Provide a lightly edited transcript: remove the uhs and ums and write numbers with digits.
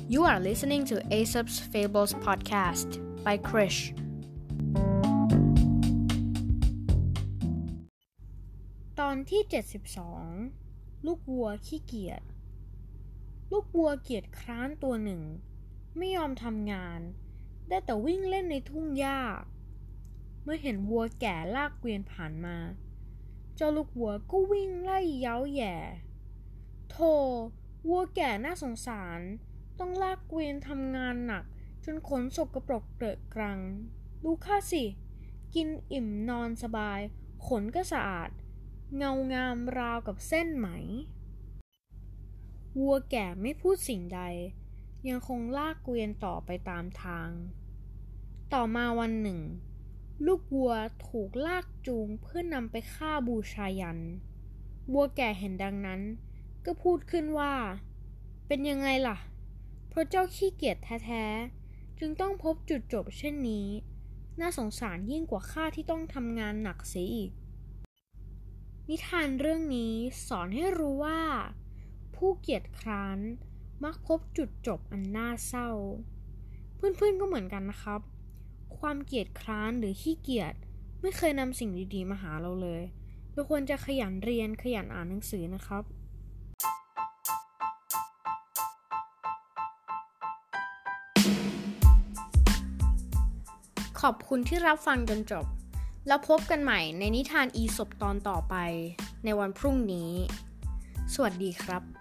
You are listening to Aesop's Fables podcast by Krish ตอนที่72ลูกวัวขี้เกียจลูกวัวเกียจคร้านตัวหนึ่งไม่ยอมทำงานได้แต่วิ่งเล่นในทุ่งหญ้าเมื่อเห็นวัวแก่ลากเกวียนผ่านมาเจ้าลูกวัวก็วิ่งไล่เย้าแย่โธ่วัวแก่น่าสงสารต้องลากเกวียนทำงานหนักจนขนสกปรกเกลอะกรังดูข้าสิกินอิ่มนอนสบายขนก็สะอาดเงางามราวกับเส้นไหมวัวแก่ไม่พูดสิ่งใดยังคงลากเกวียนต่อไปตามทางต่อมาวันหนึ่งลูกวัวถูกลากจูงเพื่อนำไปฆ่าบูชายันวัวแก่เห็นดังนั้นก็พูดขึ้นว่าเป็นยังไงล่ะเพราะเจ้าขี้เกียจแท้ๆจึงต้องพบจุดจบเช่นนี้น่าสงสารยิ่งกว่าข้าที่ต้องทำงานหนักเสียอีกนิทานเรื่องนี้สอนให้รู้ว่าผู้เกียจคร้านมักพบจุดจบอันน่าเศร้าเพื่อนๆก็เหมือนกันนะครับความเกียจคร้านหรือขี้เกียจไม่เคยนำสิ่งดีๆมาหาเราเลยเราควรจะขยันเรียนขยันอ่านหนังสือนะครับขอบคุณที่รับฟังจนจบแล้วพบกันใหม่ในนิทานอีสปตอนต่อไปในวันพรุ่งนี้สวัสดีครับ